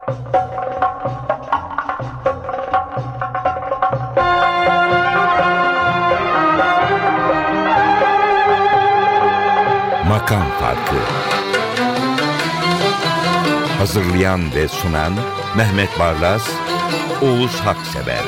Makam Farkı. Hazırlayan ve sunan Mehmet Barlas, Oğuz Haksever.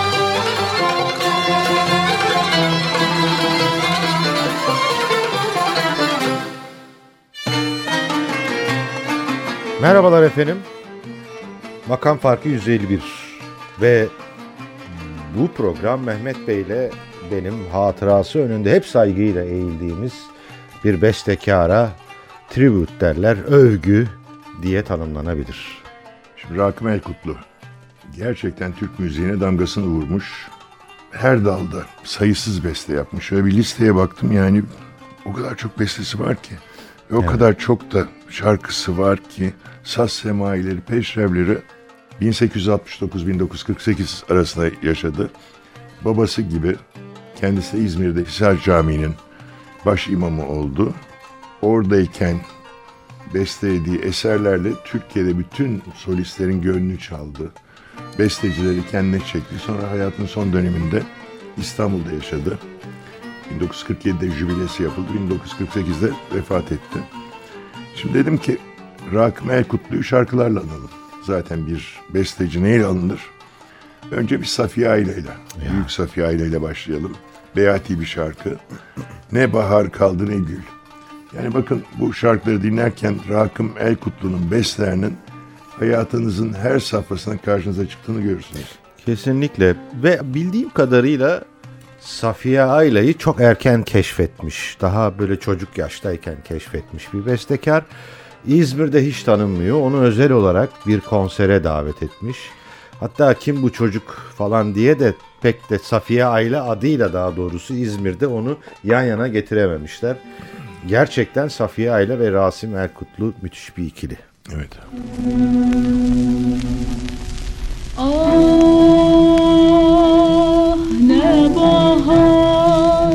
Merhabalar efendim. Makam Farkı 151 ve bu program Mehmet Bey ile benim hatırası önünde hep saygıyla eğildiğimiz bir bestekara tribute derler, övgü diye tanımlanabilir. Şimdi Rakım Elkutlu gerçekten Türk müziğine damgasını vurmuş. Her dalda sayısız beste yapmış. Ve bir listeye baktım, yani o kadar çok bestesi var ki. Ve o kadar çok da şarkısı var ki saz semaileri, peşrevleri 1869-1948 arasında yaşadı. Babası gibi kendisi de İzmir'de Hisar Camii'nin baş imamı oldu. Oradayken bestelediği eserlerle Türkiye'de bütün solistlerin gönlünü çaldı. Bestecileri kendine çekti. Sonra hayatının son döneminde İstanbul'da yaşadı. 1947'de jübilesi yapıldı. 1948'de vefat etti. Şimdi dedim ki Rakım Elkutlu'yu şarkılarla analım. Zaten bir besteci neyle alınır? Önce bir Safiye Aylay'la, Büyük Safiye Aylay'la başlayalım. Beyati bir şarkı. Ne bahar kaldı ne gül. Yani bakın, bu şarkıları dinlerken Rakım Elkutlu'nun bestlerinin hayatınızın her safhasına karşınıza çıktığını görürsünüz. Kesinlikle. Ve bildiğim kadarıyla Safiye Aylay'ı çok erken keşfetmiş. Daha böyle çocuk yaştayken keşfetmiş bir bestekar. İzmir'de hiç tanınmıyor. Onu özel olarak bir konsere davet etmiş. Hatta kim bu çocuk falan diye de pek de Safiye Ayla adıyla, daha doğrusu İzmir'de onu yan yana getirememişler. Gerçekten Safiye Ayla ve Rasim Elkutlu müthiş bir ikili. Evet. Ah ne bahar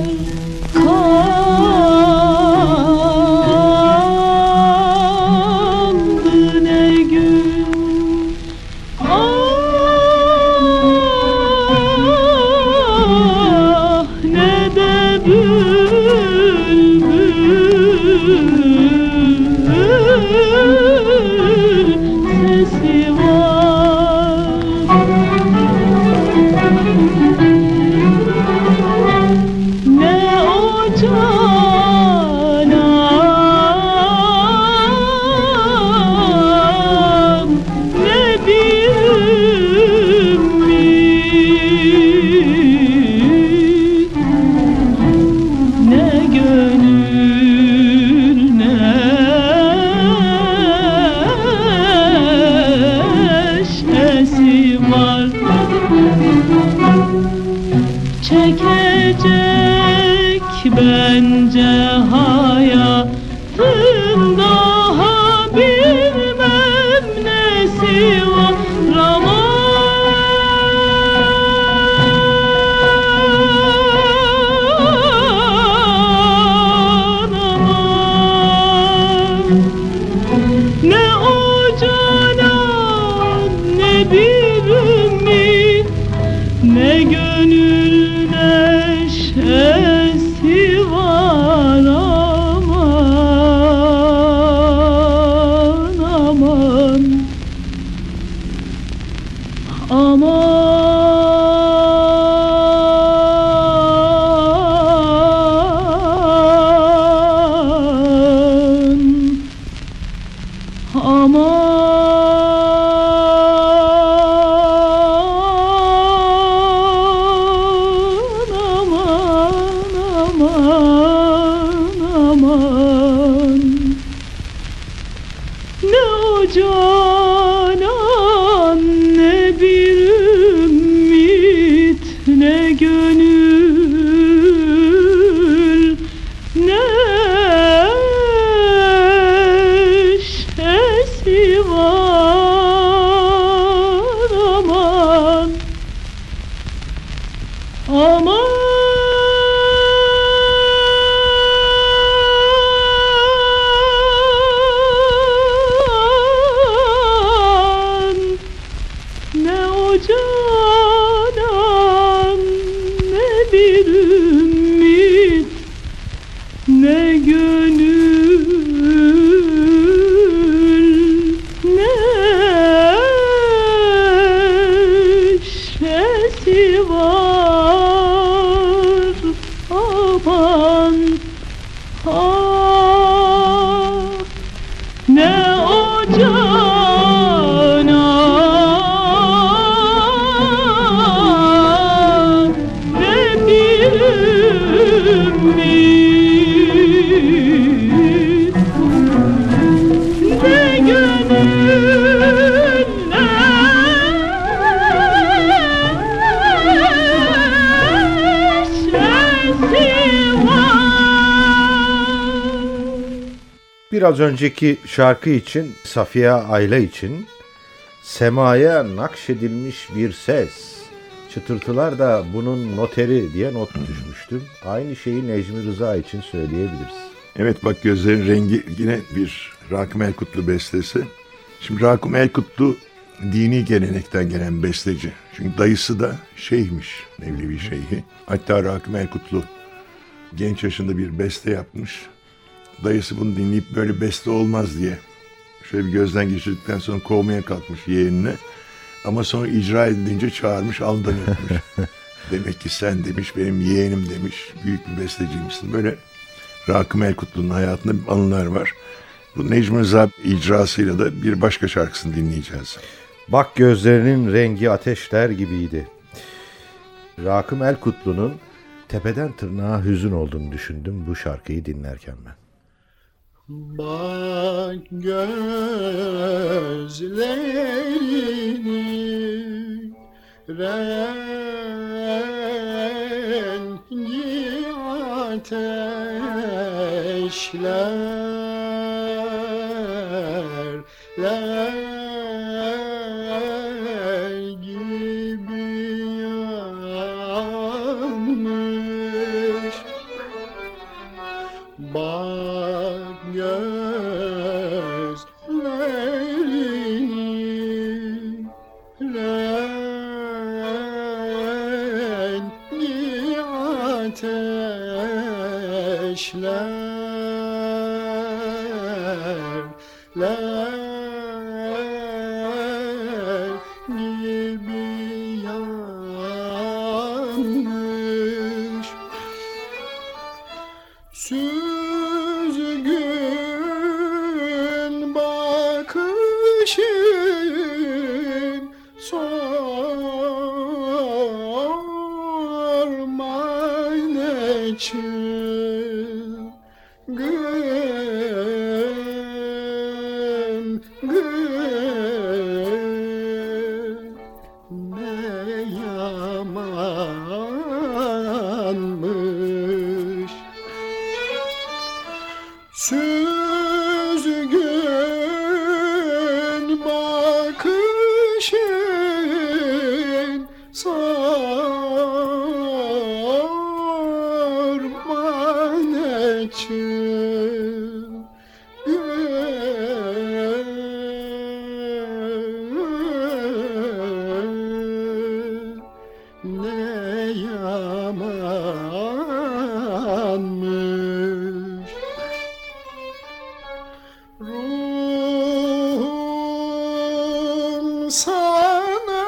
kaldı ne gün. Ah ne de bülbül sesi var. Ne o canan ne bir ümit, ne gönül neşesi var. Çekecek bence hayatın daha bilmem nesi var. Aman aman, ne o canan ne bir ümit, ne gönül neşesi var. Aman aman aman aman, ne o canan ne bir biraz önceki şarkı için, Safiye Ayla için semaya nakşedilmiş bir ses. Çıtırtılar da bunun noteri diye not düşmüştüm. Aynı şeyi Necmi Rıza için söyleyebiliriz. Evet, bak gözlerin rengi yine bir Rakım Elkutlu bestesi. Şimdi Rakım Elkutlu dini gelenekten gelen besteci. Çünkü dayısı da şeyhmiş, Mevlevi şeyhi. Hatta Rakım Elkutlu genç yaşında bir beste yapmış. Dayısı bunu dinleyip böyle beste olmaz diye şöyle bir gözden geçirdikten sonra kovmaya kalkmış yeğenine. Ama sonra icra edilince çağırmış, alnından öpmüş. Demek ki sen demiş, benim yeğenim demiş, büyük bir besteciymişsin. Böyle Rakım Elkutlu'nun hayatında anılar var. Bu Necmi Rıza icrasıyla da bir başka şarkısını dinleyeceğiz. Bak gözlerinin rengi ateşler gibiydi. Rakım Elkutlu'nun tepeden tırnağa hüzün olduğunu düşündüm bu şarkıyı dinlerken ben. Bak gözlerinin rengi ateşler gibi yanmış. Bak gözlerinin rengi ateşler gibi yanmış. Süzgün bakışın sorma ne çılgın ne yamanmış. Süzgün bakışın sorma ne çılgın ne yamanmış. Ruhum sana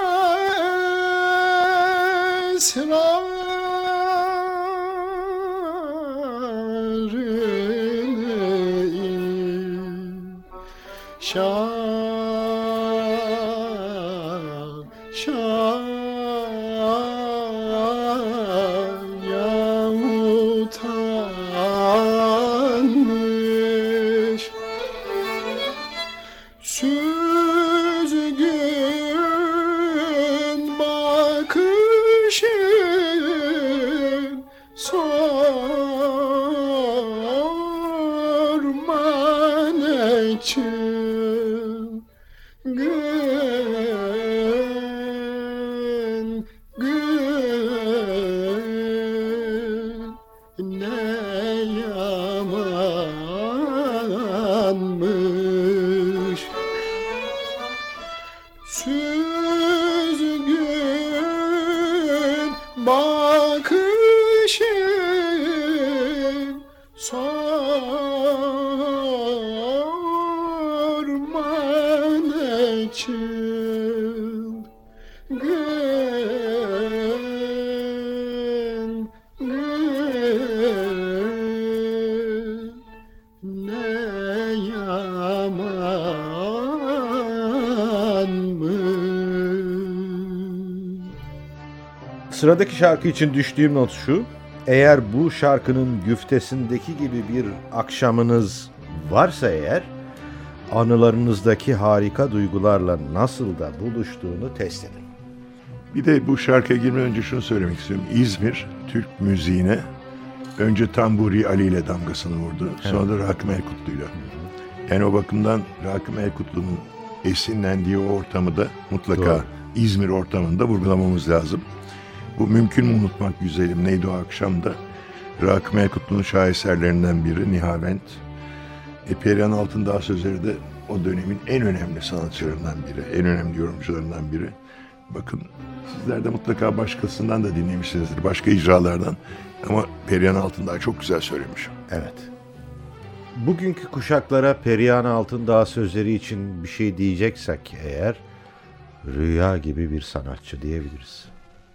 esrarını şaya utanmış. Süzgün bakışın sorma ne çılgın ne yamanmış. Süzgün bakışın sorma ne çılgın ne yamanmış. Sıradaki şarkı için düştüğüm not şu. Eğer bu şarkının güftesindeki gibi bir akşamınız varsa eğer, anılarınızdaki harika duygularla nasıl da buluştuğunu test edin. Bir de bu şarkıya girmeden önce şunu söylemek istiyorum. İzmir Türk müziğine önce Tamburi Ali ile damgasını vurdu. Sonra da Rakım Elkutlu'yla. Yani o bakımdan Rakım Erkutlu'nun esinlendiği o ortamı da mutlaka Doğru. İzmir ortamında vurgulamamız lazım. Bu mümkün mü unutmak güzelim neydi o akşamda? Rakım Erkutlu'nun şaheserlerinden biri Nihavent. Perihan Altındağ sözleri de o dönemin en önemli sanatçılarından biri, en önemli yorumcularından biri. Bakın sizler de mutlaka başkasından da dinlemişsinizdir, başka icralardan. Ama Perihan Altındağ çok güzel söylemiş. Evet. Bugünkü kuşaklara Perihan Altındağ sözleri için bir şey diyeceksek eğer, rüya gibi bir sanatçı diyebiliriz.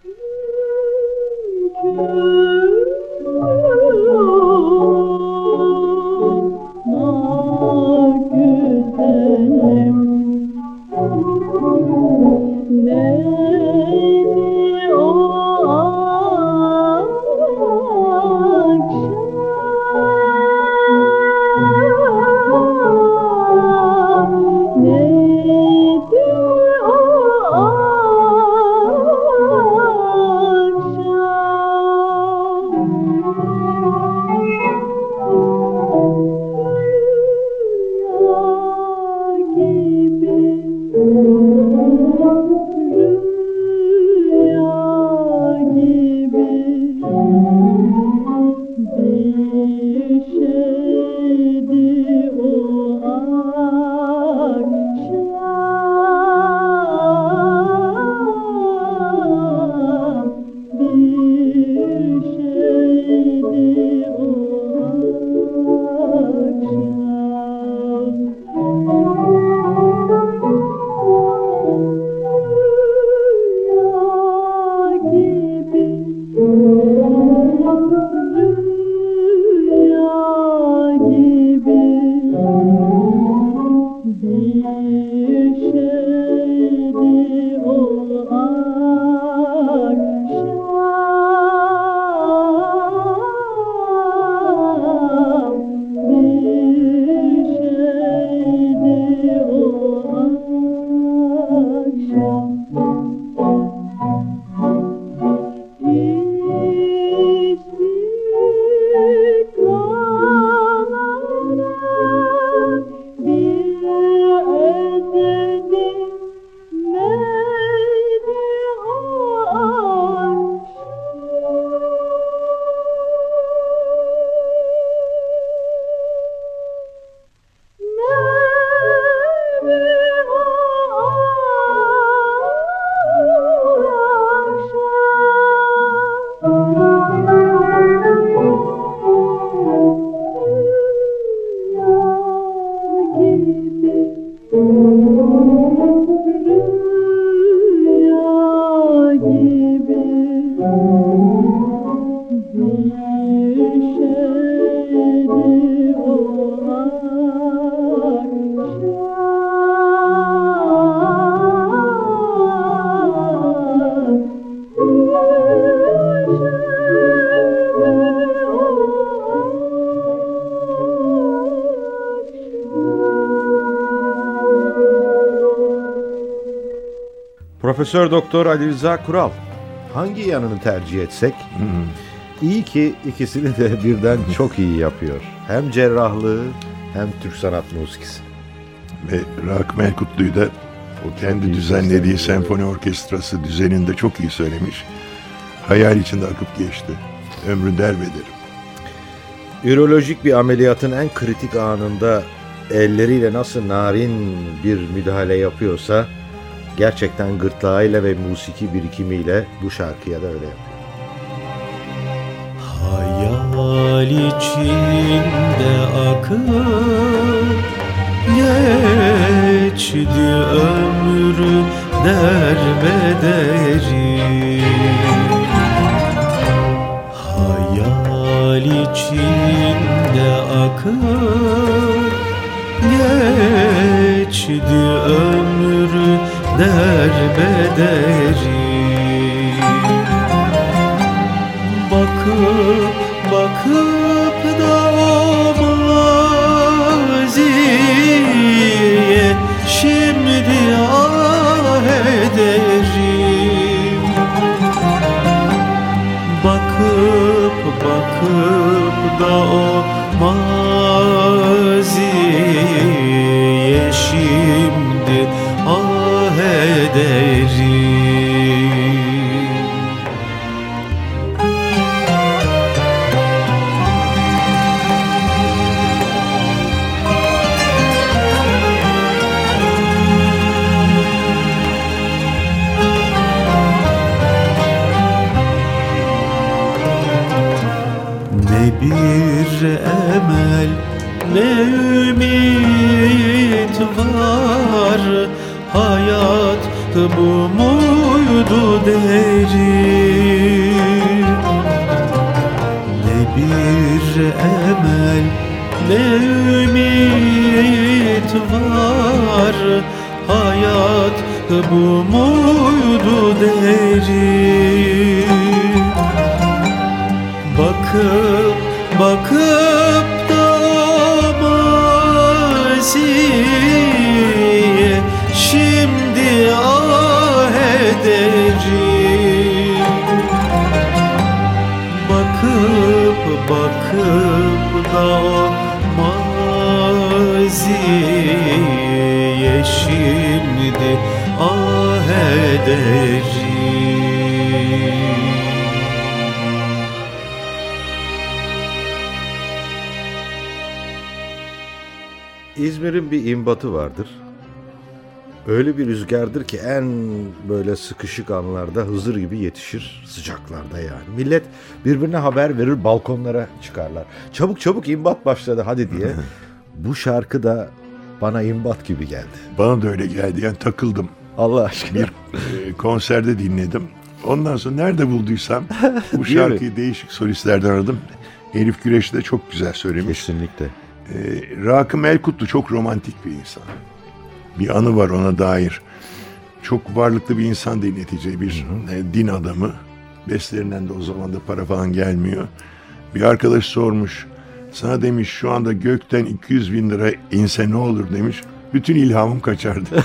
Profesör Doktor Ali Rıza Kural, hangi yanını tercih etsek? İyi ki ikisini de birden çok iyi yapıyor. Hem cerrahlığı hem Türk sanat musikisi. Ve Rakım Erkutlu'yu da o kendi düzenlediği senfoni orkestrası düzeninde çok iyi söylemiş. Hayal içinde akıp geçti. Ömrü derbederim. Ürolojik bir ameliyatın en kritik anında elleriyle nasıl narin bir müdahale yapıyorsa, gerçekten gırtlağıyla ve musiki birikimiyle bu şarkıya da öyle yapıyor. Hayal içinde akıp geçti ömrü derbederim. Hayal içinde akıp geçti ömrü derbederim. Bakıp da o maziye şimdi ah ederim. Bakıp da o maziye ederim. Ne bir emel, ne ümit var, hayat bu muydu derim. Ne bir emel, ne ümit var, hayat bu muydu derim. Bakıp da maziye şimdi ah ederim. Bakıp da maziye şimdi ah ederim. İzmir'in bir imbatı vardır. Öyle bir rüzgardır ki en böyle sıkışık anlarda Hızır gibi yetişir, sıcaklarda yani. Millet birbirine haber verir, balkonlara çıkarlar. Çabuk çabuk imbat başladı hadi diye. Bu şarkı da bana imbat gibi geldi. Bana da öyle geldi, yani takıldım. Allah aşkına. Bir konserde dinledim. Ondan sonra nerede bulduysam bu şarkıyı değişik solistlerden aradım. Elif Güreş de çok güzel söylemiş. Kesinlikle. Rakım Elkutlu çok romantik bir insan. Bir anı var ona dair. Çok varlıklı bir insan değil neticede, bir din adamı. Bestelerinden de o zaman da para falan gelmiyor. Bir arkadaş sormuş. Sana demiş şu anda gökten 200.000 lira inse ne olur demiş. Bütün ilhamım kaçardı.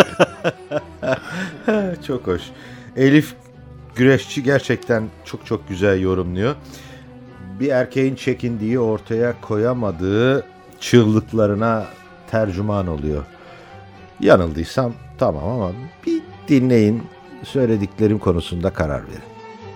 Çok hoş. Elif Güreşçi gerçekten çok çok güzel yorumluyor. Bir erkeğin çekindiği, ortaya koyamadığı çığlıklarına tercüman oluyor. Yanıldıysam tamam ama bir dinleyin, söylediklerim konusunda karar verin.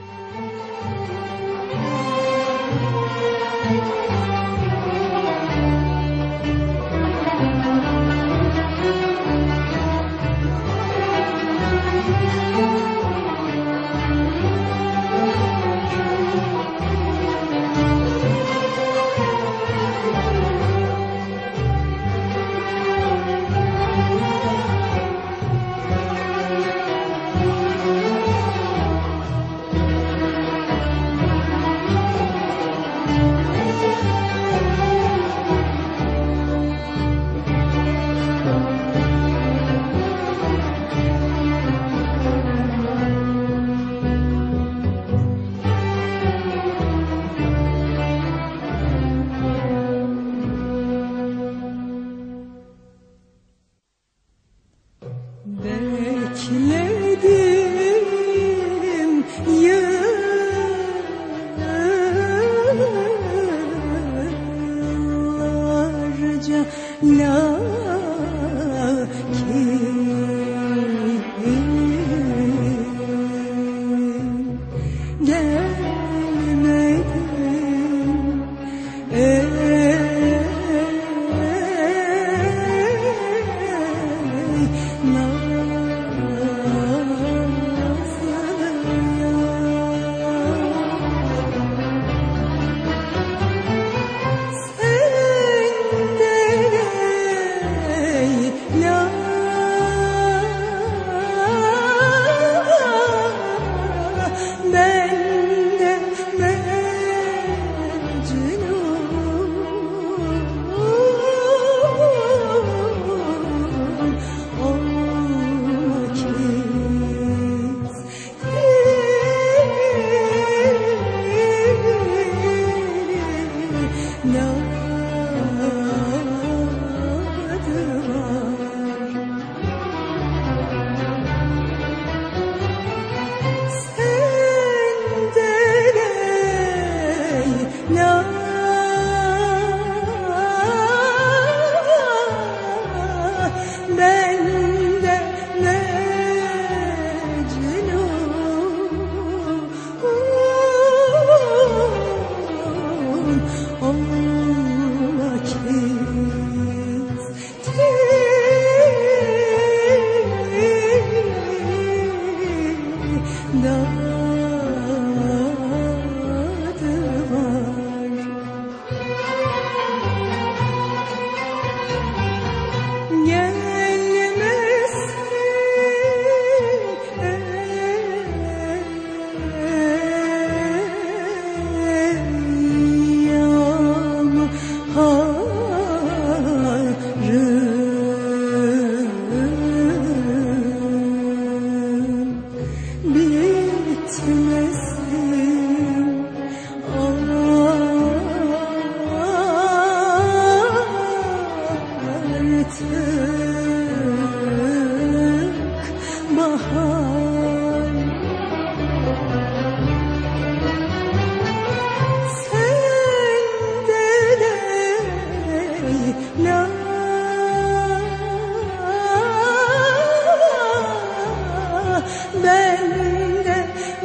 Bekledim yıllarca lakin gelmedin. Sen de bahar sende Leyla bende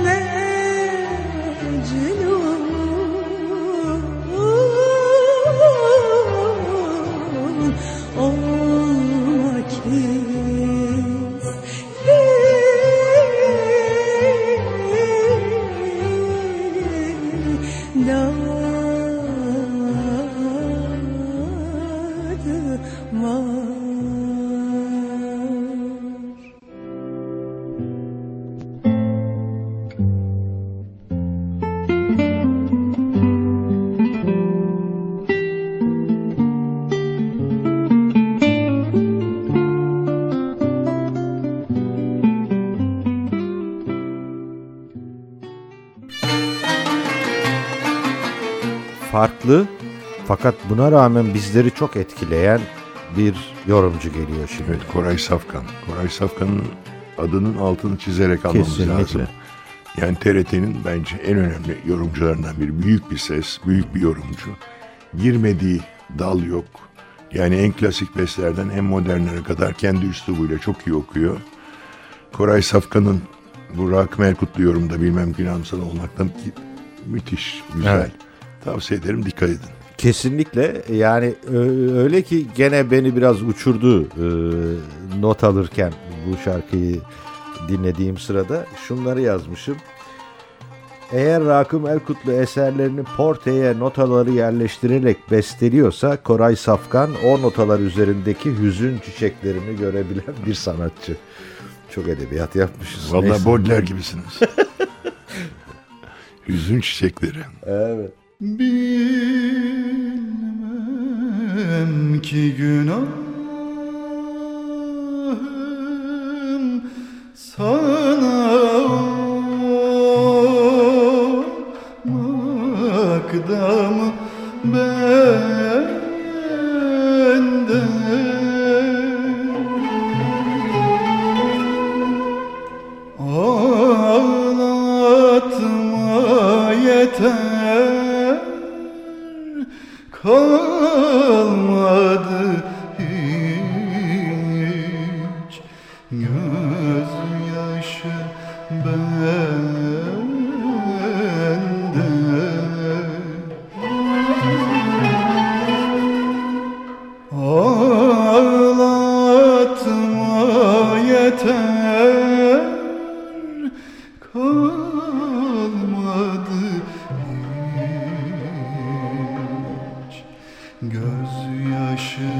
Mecnun olmak Farklı fakat buna rağmen bizleri çok etkileyen bir yorumcu geliyor şimdi. Evet, Koray Safkan. Koray Safkan'ın adının altını çizerek almamız Kesinlikle lazım. Yani TRT'nin bence en önemli yorumcularından biri. Büyük bir ses, büyük bir yorumcu. Girmediği dal yok. Yani en klasik bestlerden en modernlere kadar kendi üslubuyla çok iyi okuyor. Koray Safkan'ın bu Rakım Erkutlu yorumda bilmem günahımsal olmaktan müthiş, güzel. Evet. Tavsiye ederim, dikkat edin. Kesinlikle, yani öyle ki gene beni biraz uçurdu not alırken bu şarkıyı dinlediğim sırada şunları yazmışım. Eğer Rakım Erkutlu eserlerini porteye notaları yerleştirerek besteliyorsa Koray Safkan o notalar üzerindeki hüzün çiçeklerini görebilen bir sanatçı. Çok edebiyat yapmışız. Vallahi Neyse. Baudelaire gibisiniz. Hüzün çiçekleri. Evet. Bilmem ki günahım sana olmakta mı benden? Ağlatma yeter, kalmadı hiç gözyaşı bende. Ağlatma yeter, kalmadı hiç gözyaşı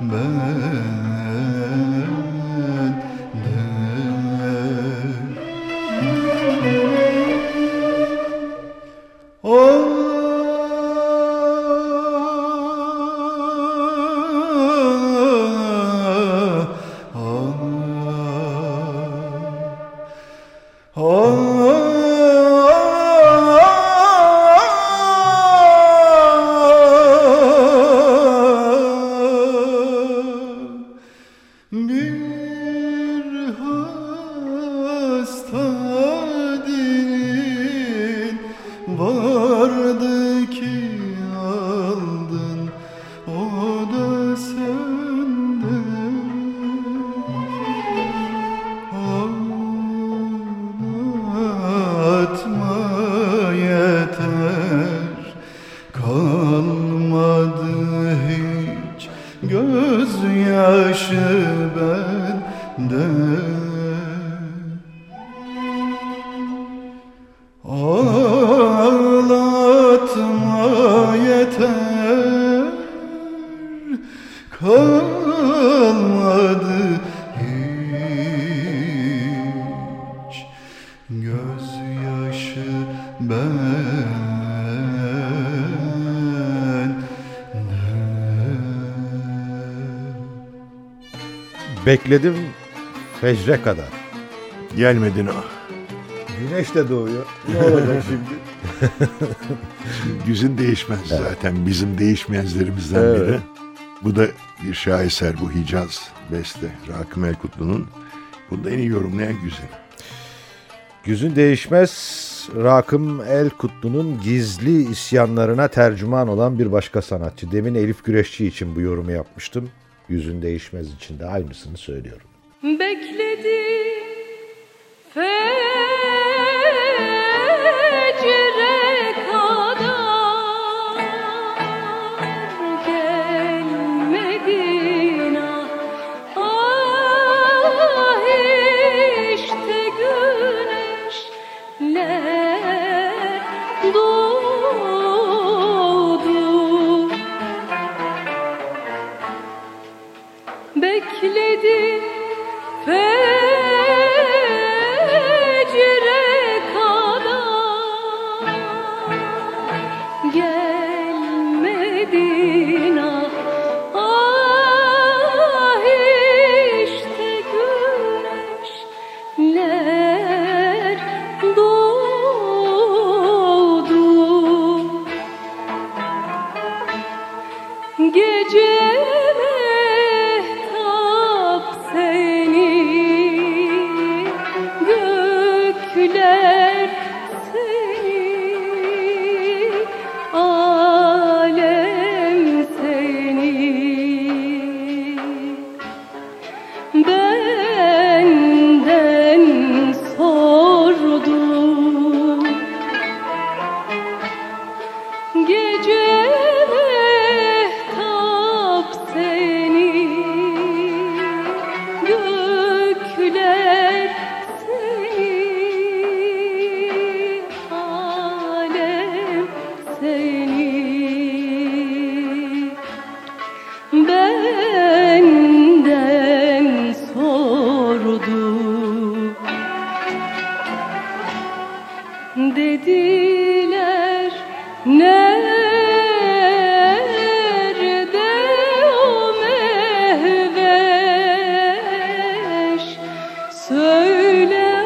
Bir hasta dilin vardı ki aldın, o da senden. Ağlatma yeter, kalmadı hiç gözyaşı bende. Ağlatma yeter, kalmadı hiç gözyaşı Bekledim fecre kadar. Gelmedin ah. Güneş de doğuyor. Ne olacak şimdi? Güzün değişmez zaten, bizim değişmezlerimizden Evet. biri. Bu da bir şaheser, bu Hicaz beste Rakım Erkutlu'nun. Bunda en iyi yorumlayan Güzin. Güzün Değişmez, Rakım Elkutlu'nun gizli isyanlarına tercüman olan bir başka sanatçı. Demin Elif Güreşçi için bu yorumu yapmıştım. Güzün Değişmez için de aynısını söylüyorum. Bekledim fecre kadar gelmedin ah işte güneşler doğdu. Bekledim fecre kadar gelmedin ah işte güneşler doğdu. Gece benden sordu. Dediler nerede o mehveş, söyle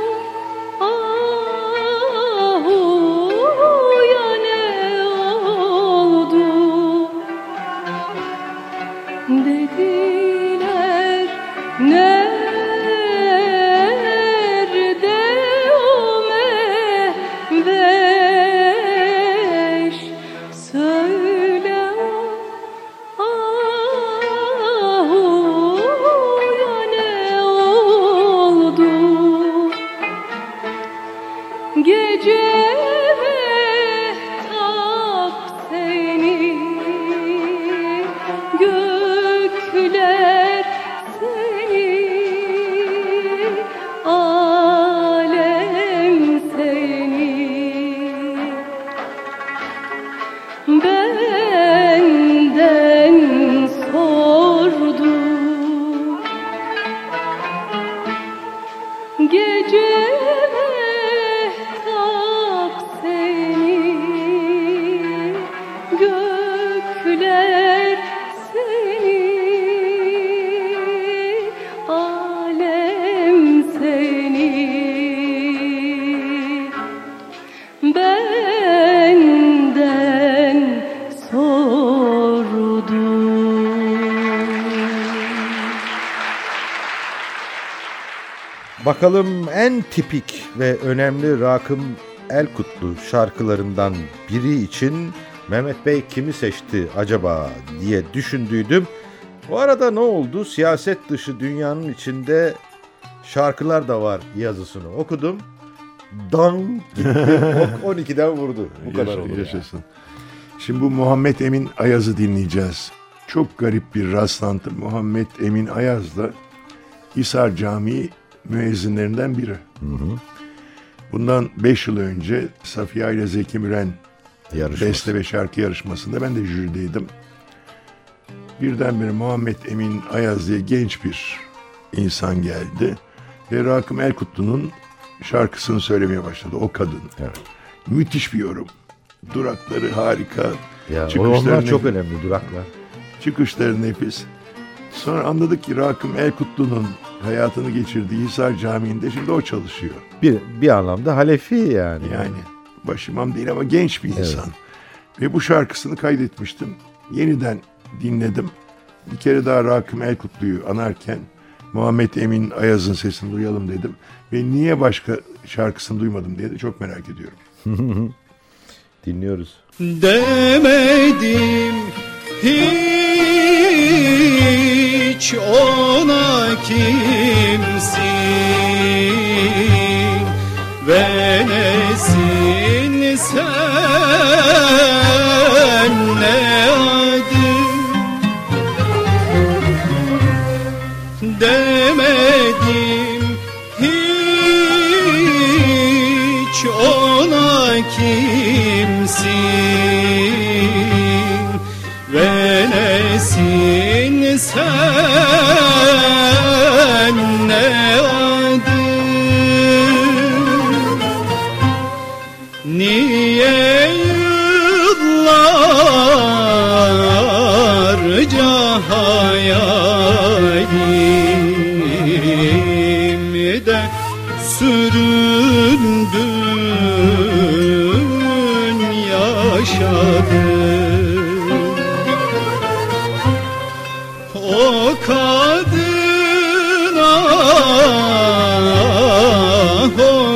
ya ne oldu? Dediler nerede o mehveş, söyle ya ne oldu? Gece mehtap seni, gökler seni, alem seni, benden sordu. Gece mehtap seni, gökler seni, alem seni, benden sordu. Bakalım en tipik ve önemli Rakım Elkutlu şarkılarından biri için Mehmet Bey kimi seçti acaba diye düşündüydüm. Bu arada ne oldu? Siyaset dışı dünyanın içinde şarkılar da var yazısını okudum. Dan gitti. 12'den vurdu. Bu kadar olur. Yaşasın. Şimdi bu Muhammed Emin Ayaz'ı dinleyeceğiz. Çok garip bir rastlantı. Muhammed Emin Ayaz da Hisar Camii müezzinlerinden biri. Bundan 5 yıl önce Safiye ile Zeki Müren beste ve şarkı yarışmasında ben de jürideydim. Birdenbire Muhammed Emin Ayaz diye genç bir insan geldi ve Rakım Elkutlu'nun şarkısını söylemeye başladı. O kadın. Evet. Müthiş bir yorum. Durakları harika. Ya, Çıkışları onlar çok nefis. önemli duraklar. Çıkışları nefis. Sonra anladık ki Rakım Elkutlu'nun hayatını geçirdiği Hisar Camii'nde şimdi o çalışıyor. Bir anlamda halefi yani. Yani başimam değil ama genç bir insan. Ve bu şarkısını kaydetmiştim. Yeniden dinledim. Bir kere daha Rakım Elkutlu'yu anarken Muhammed Emin Ayaz'ın sesini duyalım dedim. Ve niye başka şarkısını duymadım diye de çok merak ediyorum. Dinliyoruz. Demedim hiç ona kimsin ve nesin sen ne adı demedim hiç ona kimsin ve nesin sen ne adı niye yıllarca hayalimde süründün yaşadın o kadına o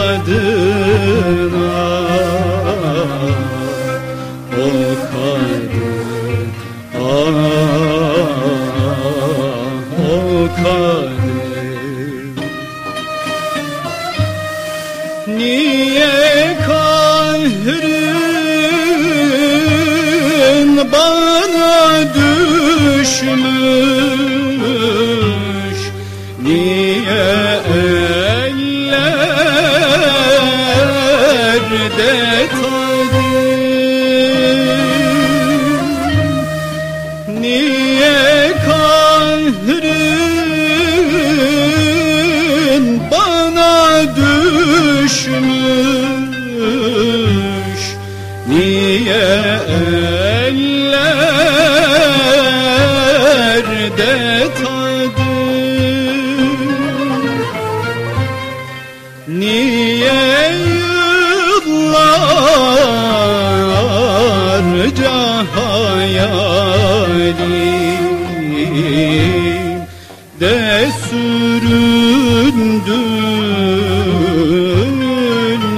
kadına o kadın o kadın niye kahrın bana düşmüş niye ellerde tadım niye kahrın bana düşmüş niye ellerde tadım niye yıllarca hayalim de süründün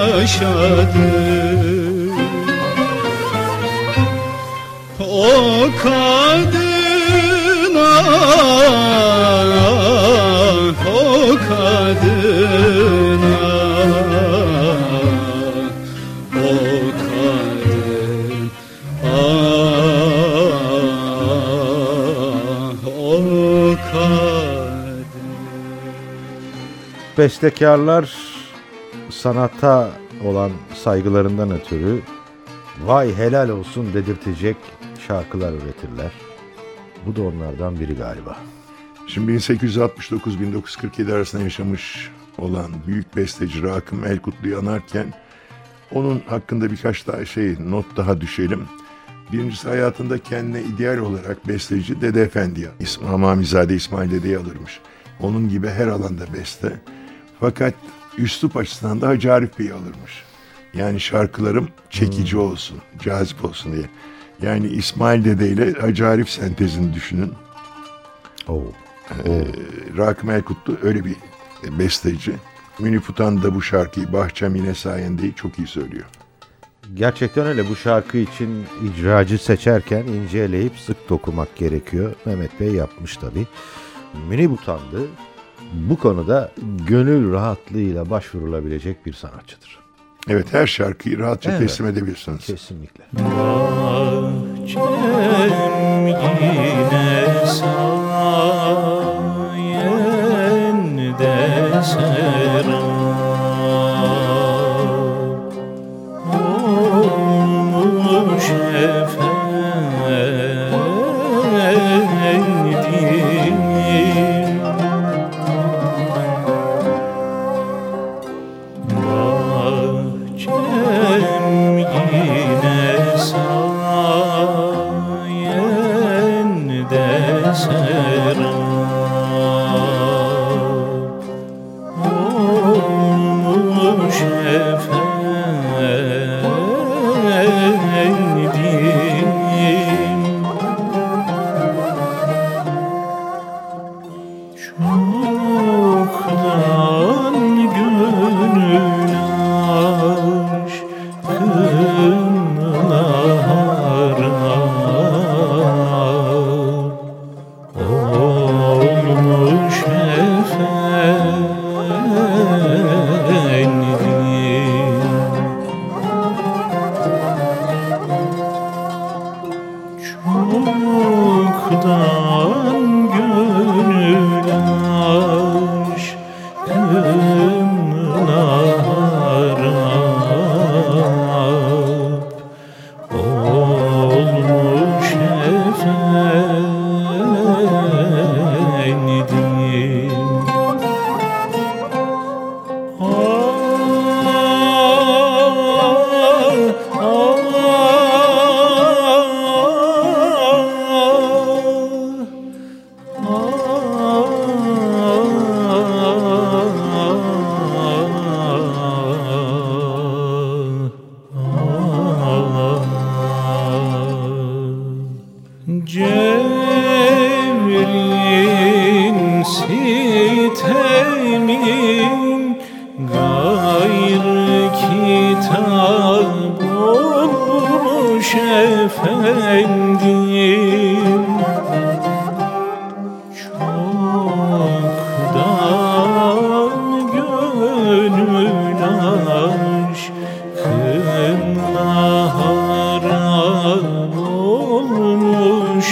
yaşadın o kadına o kadına o kadın o kadın. Bestekarlar sanata olan saygılarından ötürü vay helal olsun dedirtecek şarkılar üretirler. Bu da onlardan biri galiba. Şimdi 1869-1947 arasında yaşamış olan büyük besteci Rakım Elkutlu'yu anarken onun hakkında birkaç daha not daha düşelim. Birincisi, hayatında kendine ideal olarak besteci Dede Efendi'ye, Mamamizade İsmail Dede'yi alırmış. Onun gibi her alanda beste. Fakat üslup açısından da Hacı Arif Bey'i alırmış. Yani şarkılarım çekici olsun, cazip olsun diye. Yani İsmail Dede ile Hacı Arif sentezini düşünün. Rakım Elkutlu öyle bir besteci. Münif Utan da bu şarkıyı Bahçem Yine Sayende'yi çok iyi söylüyor. Gerçekten öyle. Bu şarkı için icracı seçerken ince eleyip sık dokumak gerekiyor. Mehmet Bey yapmış tabii. Münif Utan'dı. Bu konuda gönül rahatlığıyla başvurulabilecek bir sanatçıdır. Evet, her şarkıyı rahatça teslim edebilirsiniz. Kesinlikle. Bahçem yine sayende serap olmuş efendim. Bahçem yine sayende serap olmuş efendim. harap olmuş efendim. Cevrin sitemin gayrı kitap olmuş efendim. Çoktan gönül aşkınla harap olmuş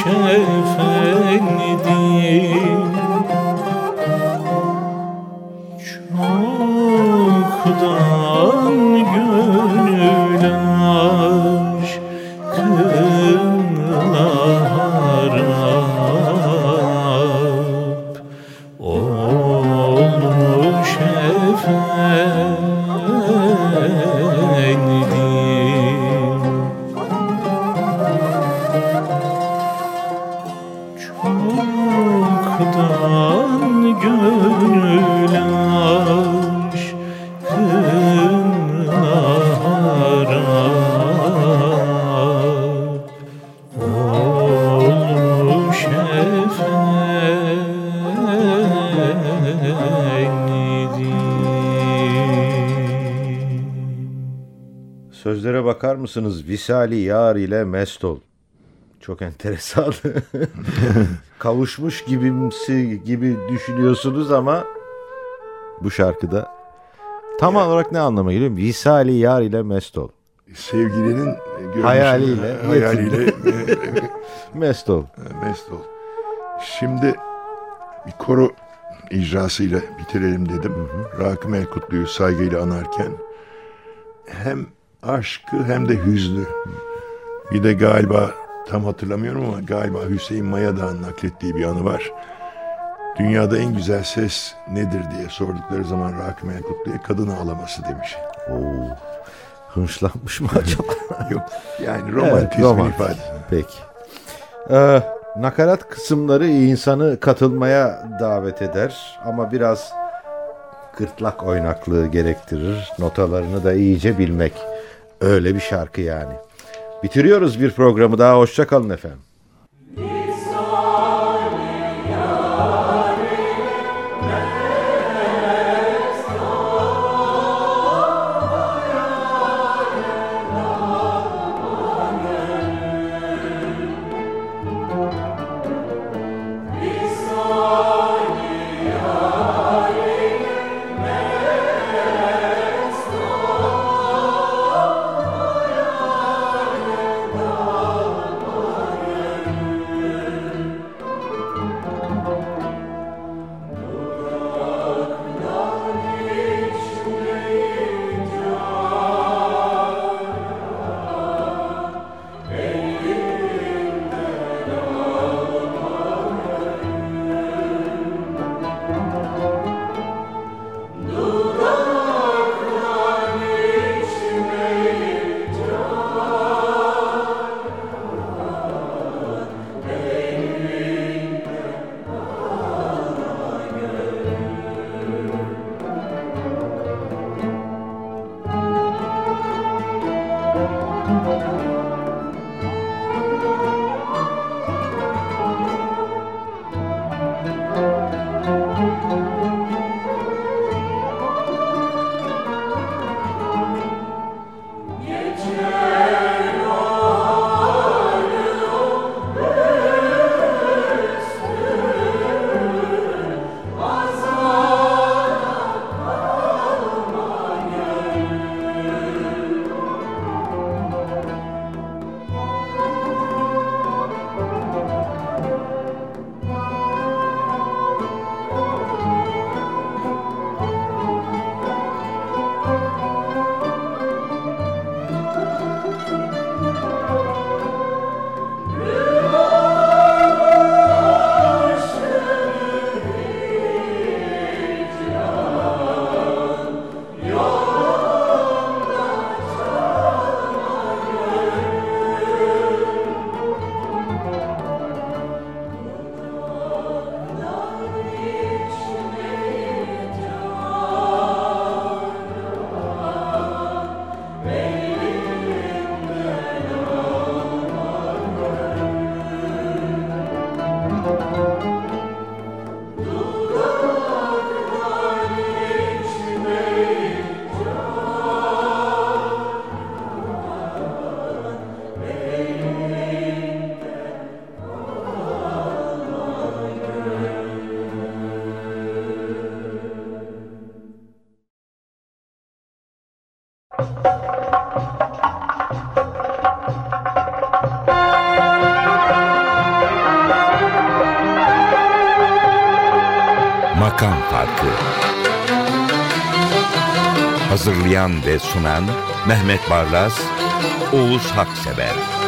efendim. Çoktan gönül aşkınla harap olmuş efendim. Çoktan gönül aşkınla harap olmuş efendim. Sözlere bakar mısınız? Visali yar ile mest ol. Çok enteresan. Kavuşmuş gibi düşünüyorsunuz ama bu şarkıda tam olarak ne anlama geliyor? Visali yar ile mest ol. Sevgilinin Hayaliyle mest ol. mest ol. Şimdi bir koro icrasıyla bitirelim dedim. Rakım Elkutlu'yu saygıyla anarken hem aşkı hem de hüznü. Bir de galiba tam hatırlamıyorum ama galiba Hüseyin Mayadağ'ın naklettiği bir anı var. Dünyada en güzel ses nedir diye sordukları zaman Rakım Elkutlu'ya kadın ağlaması demiş. Oo, hınçlanmış mı acaba? Yok yani romantizm romantik. ifadesi. Peki. Nakarat kısımları insanı katılmaya davet eder ama biraz gırtlak oynaklığı gerektirir. Notalarını da iyice bilmek. Öyle bir şarkı yani. Bitiriyoruz bir programı daha. Hoşça kalın efendim. Makam Farkı. Hazırlayan ve sunan Mehmet Barlas, Oğuz Haksever.